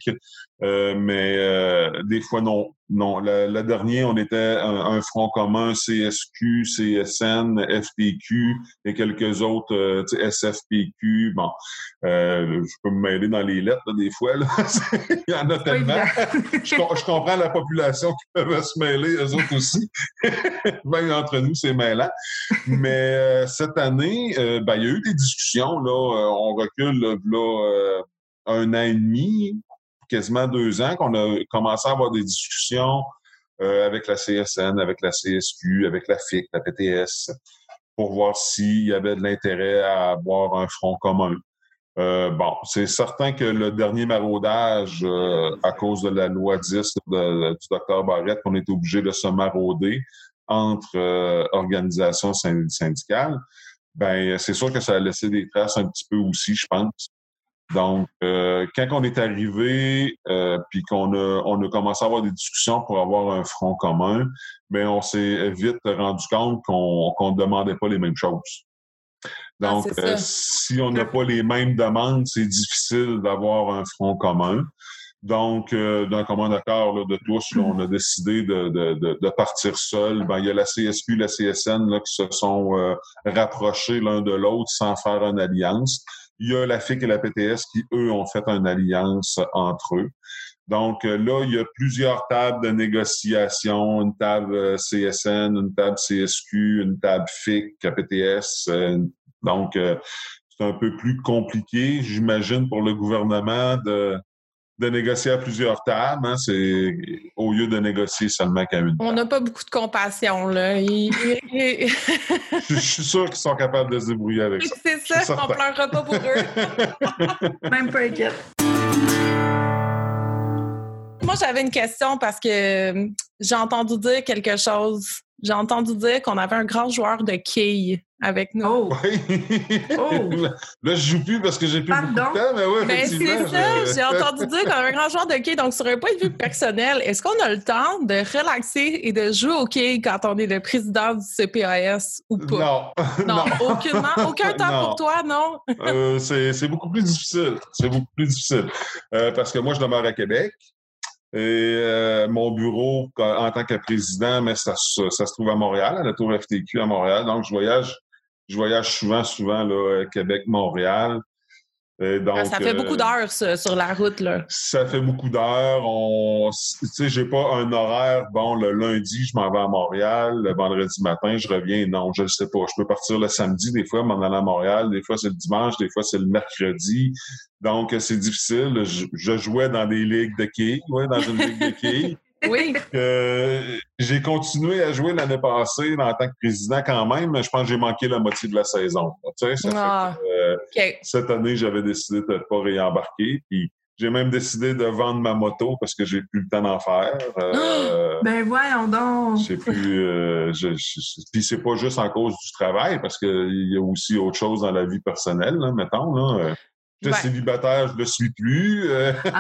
Mais des fois, non. La dernière, on était un front commun, CSQ, CSN, FTQ et quelques autres, SFPQ. Bon, je peux me mêler dans les lettres, là, des fois. Là. Il y en a tellement. Je comprends la population qui peut se mêler, eux autres aussi. Même entre nous, c'est mêlant. Mais cette année, il y a eu des discussions. Là, on recule là, 1 an et demi, quasiment 2 ans, qu'on a commencé à avoir des discussions avec la CSN, avec la CSQ, avec la FIC, la PTS, pour voir s'il y avait de l'intérêt à avoir un front commun. C'est certain que le dernier maraudage, à cause de la loi 10 du Dr Barrette, qu'on était obligé de se marauder entre organisations syndicales, c'est sûr que ça a laissé des traces un petit peu aussi, je pense. Donc, quand on est arrivé, puis qu'on a commencé à avoir des discussions pour avoir un front commun, mais on s'est vite rendu compte qu'on ne demandait pas les mêmes choses. Donc, si on n'a pas les mêmes demandes, c'est difficile d'avoir un front commun. Donc, d'un commun accord là, de tous, là, on a décidé de partir seul. Il y a la CSQ, la CSN là, qui se sont rapprochés l'un de l'autre sans faire une alliance. Il y a la FIC et la PTS qui, eux, ont fait une alliance entre eux. Donc là, il y a plusieurs tables de négociation, une table CSN, une table CSQ, une table FIC, PTS. Donc, c'est un peu plus compliqué, j'imagine, pour le gouvernement de négocier à plusieurs tables. Hein, c'est au lieu de négocier seulement qu'à une table. On n'a pas beaucoup de compassion, là. Je suis sûr qu'ils sont capables de se débrouiller avec ça. C'est ça, on ne pleurera pas pour eux. Même pas inquiète. Moi, j'avais une question parce que j'ai entendu dire quelque chose J'ai entendu dire qu'on avait un grand joueur de quilles avec nous. Oh! Oui. Oh! Là, je joue plus parce que j'ai plus beaucoup de Pardon? temps, mais oui, Ben, effectivement. c'est ça, j'ai entendu dire qu'on avait un grand joueur de quilles. Donc, sur un point de vue personnel, est-ce qu'on a le temps de relaxer et de jouer aux quilles quand on est le président du CPAS ou pas? Non. Aucunement. Aucun temps Non. pour toi, non? C'est beaucoup plus difficile. C'est beaucoup plus difficile. Parce que moi, je demeure à Québec. Et mon bureau, en tant que président, mais ça se trouve à Montréal, à la Tour FTQ à Montréal. Donc, je voyage souvent là, Québec-Montréal. Donc, ça fait beaucoup d'heures, ça, sur la route, là. Ça fait beaucoup d'heures. Tu sais, j'ai pas un horaire. Bon, le lundi, je m'en vais à Montréal. Le vendredi matin, je reviens. Non, je le sais pas. Je peux partir le samedi, des fois, m'en aller à Montréal. Des fois, c'est le dimanche. Des fois, c'est le mercredi. Donc, c'est difficile. Je jouais dans des ligues de quilles, dans une ligue de quilles. Oui. J'ai continué à jouer l'année passée en tant que président quand même, mais je pense que j'ai manqué la moitié de la saison. Tu sais, cette année, j'avais décidé de ne pas réembarquer. Puis j'ai même décidé de vendre ma moto parce que j'ai plus le temps d'en faire. Ben voyons donc! J'ai plus. Puis c'est pas juste en cause du travail, parce qu'il y a aussi autre chose dans la vie personnelle, là, mettons. Là. Je suis célibataire, je ne le suis plus. Donc,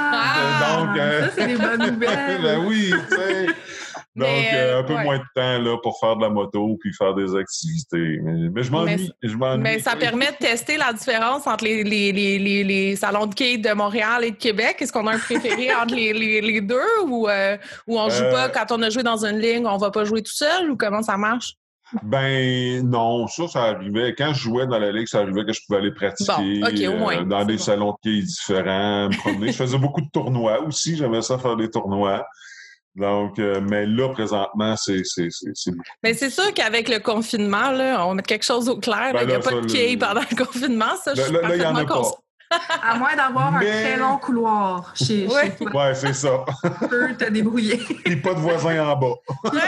ça, c'est des bonnes nouvelles. Ben oui, tu sais. Donc, un peu moins de temps là, pour faire de la moto puis faire des activités. Mais je m'ennuie. Mais ça permet de tester la différence entre les salons de quilles de Montréal et de Québec. Est-ce qu'on a un préféré entre les deux ou on joue pas quand on a joué dans une ligne, on va pas jouer tout seul ou comment ça marche? Ben non, ça arrivait. Quand je jouais dans la ligue, ça arrivait que je pouvais aller pratiquer au moins, dans des salons de quilles différents, me promener. Je faisais beaucoup de tournois aussi. J'aimais ça faire des tournois. Donc, mais là, présentement, c'est beaucoup. Mais c'est sûr qu'avec le confinement, là, on va mettre quelque chose au clair. Il n'y a pas de quilles pendant le confinement. Ça, je suis parfaitement consciente. À moins d'avoir un très long couloir chez toi. Oui, c'est ça. Tu peux te débrouiller. Et pas de voisins en bas.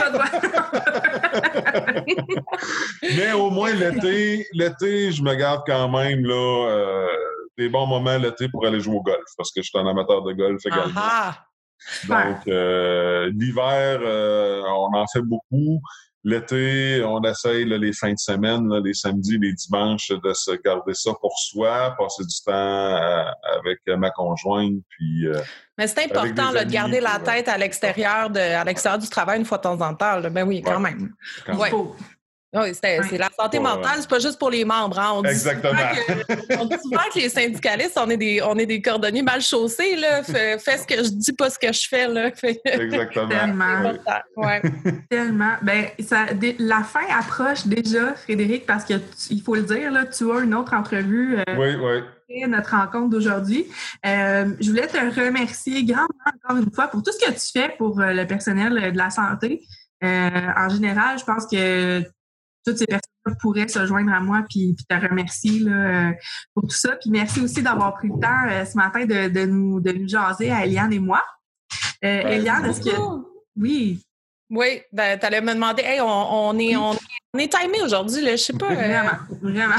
Mais au moins, l'été, je me garde quand même là, des bons moments l'été pour aller jouer au golf, parce que je suis un amateur de golf également. Donc, l'hiver, on en fait beaucoup. L'été, on essaye là, les fins de semaine, là, les samedis, les dimanches, de se garder ça pour soi, passer du temps avec ma conjointe. Puis, mais c'est important là, de garder la tête à l'extérieur du travail une fois de temps en temps. Là. Ben oui, quand même. Oui, c'est la santé mentale, c'est pas juste pour les membres. Hein. On dit exactement. On dit souvent que les syndicalistes, on est des cordonniers mal chaussés. Là. Fais ce que je dis, pas ce que je fais. Là. Exactement. Tellement. Ouais. Tellement. Ben, la fin approche déjà, Frédéric, parce que il faut le dire, là, tu as une autre entrevue. Oui. Notre rencontre d'aujourd'hui. Je voulais te remercier grandement encore une fois pour tout ce que tu fais pour le personnel de la santé. En général, je pense que toutes ces personnes pourraient se joindre à moi puis te remercier là, pour tout ça. Puis merci aussi d'avoir pris le temps ce matin de nous jaser à Eliane et moi. Eliane, est-ce que... Oui. Oui, ben, tu allais me demander, hey, on est timé aujourd'hui, là, je sais pas. Vraiment.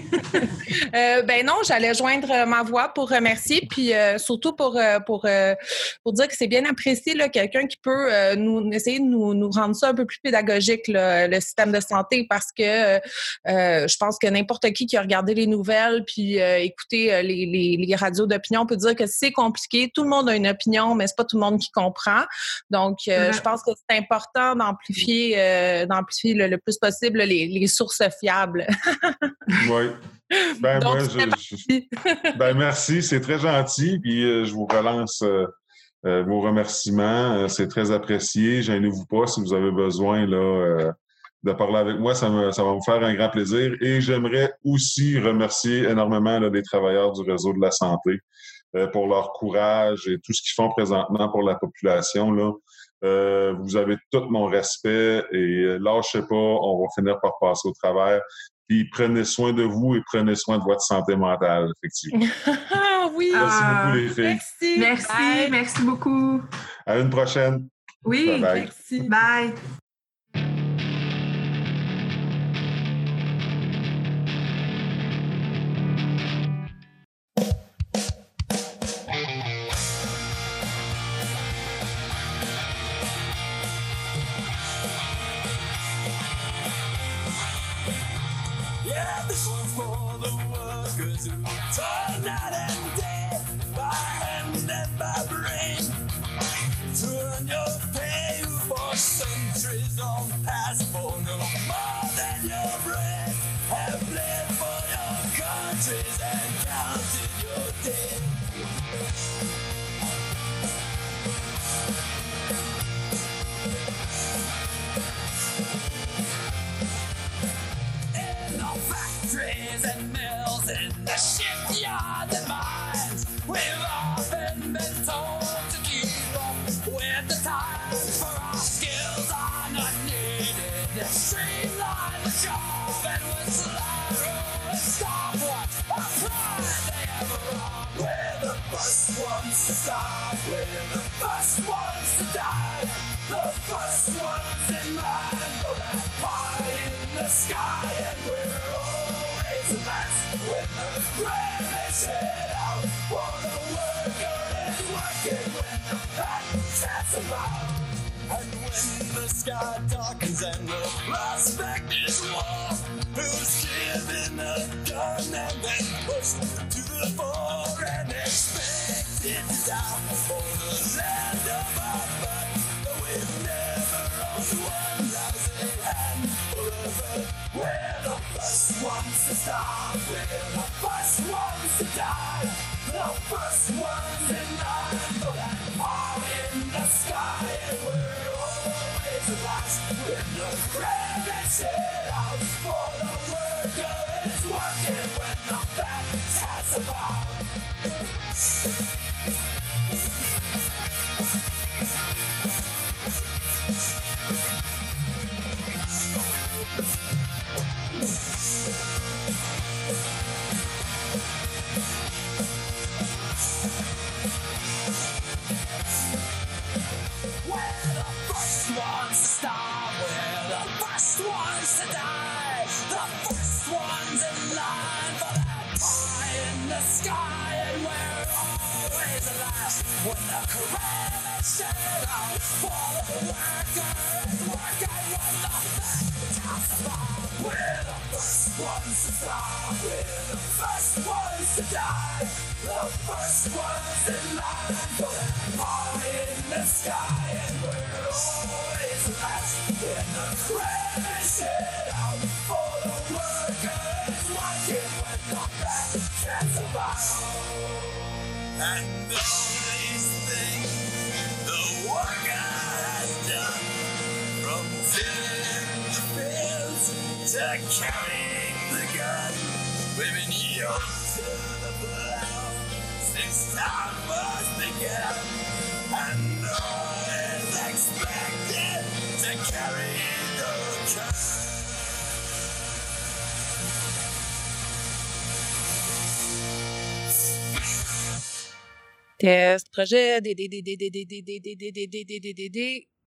Ben non, j'allais joindre ma voix pour remercier, puis surtout pour dire que c'est bien apprécié, là, quelqu'un qui peut essayer de nous rendre ça un peu plus pédagogique, là, le système de santé, parce que je pense que n'importe qui a regardé les nouvelles puis écouté les radios d'opinion peut dire que c'est compliqué. Tout le monde a une opinion, mais c'est pas tout le monde qui comprend. Donc, je pense que c'est important d'amplifier le plus possible les sources fiables. Oui. Ben, donc, moi, merci, c'est très gentil. Puis je vous relance vos remerciements. C'est très apprécié. Gênez-vous pas si vous avez besoin là, de parler avec moi. Ça va me faire un grand plaisir. Et j'aimerais aussi remercier énormément là, les travailleurs du réseau de la santé pour leur courage et tout ce qu'ils font présentement pour la population, là. Vous avez tout mon respect et lâchez pas, on va finir par passer au travers. Puis prenez soin de vous et prenez soin de votre santé mentale, effectivement. Oui. Merci beaucoup, les filles. Merci beaucoup. À une prochaine. Oui, bye bye. Merci. Bye. Yeah, this one's for the workers who toil night and day, by hand and by brain, to earn your pay for centuries on past, for no more than your brain have bled for your countries and counted your days. In the factories and mills, in the shipyards and mines, we've often been told to keep up with the times, for our skills are not needed. Streamline the job and with slide and stop what a pride they have wrong. We're the first ones to start, we're the first ones to die, the first ones in line for that pie in the sky, and we're always the last when the rain is hit out, for the worker is working when the pattern's about. And when the sky darkens and the prospect is lost, who's given a gun and then pushed to the fore and expected to die for the land of our birth? Though we've never owned one lousy handful of earth, we're the first ones to start, we're the first ones to die, the first ones in line for that pie in the sky, and we're always the last when the grave is hit out, for the worker is working when the fat has about. We're the first ones to start, we're the first ones to die, the first ones in line for that pie in the sky, and we're always the last when the crane is shut out, for the worker is working when the factory's about. We're the first ones to start, we're the first ones to die, the first ones in line for that pie in the sky, and we're always the last when the crane is shut out, for the worker is working when the factory's about. And all these things the worker has done, from tilling the fields to carrying the gun, we've been yoked to the plow since time was begun, and always expected to carry the gun. Test, projet,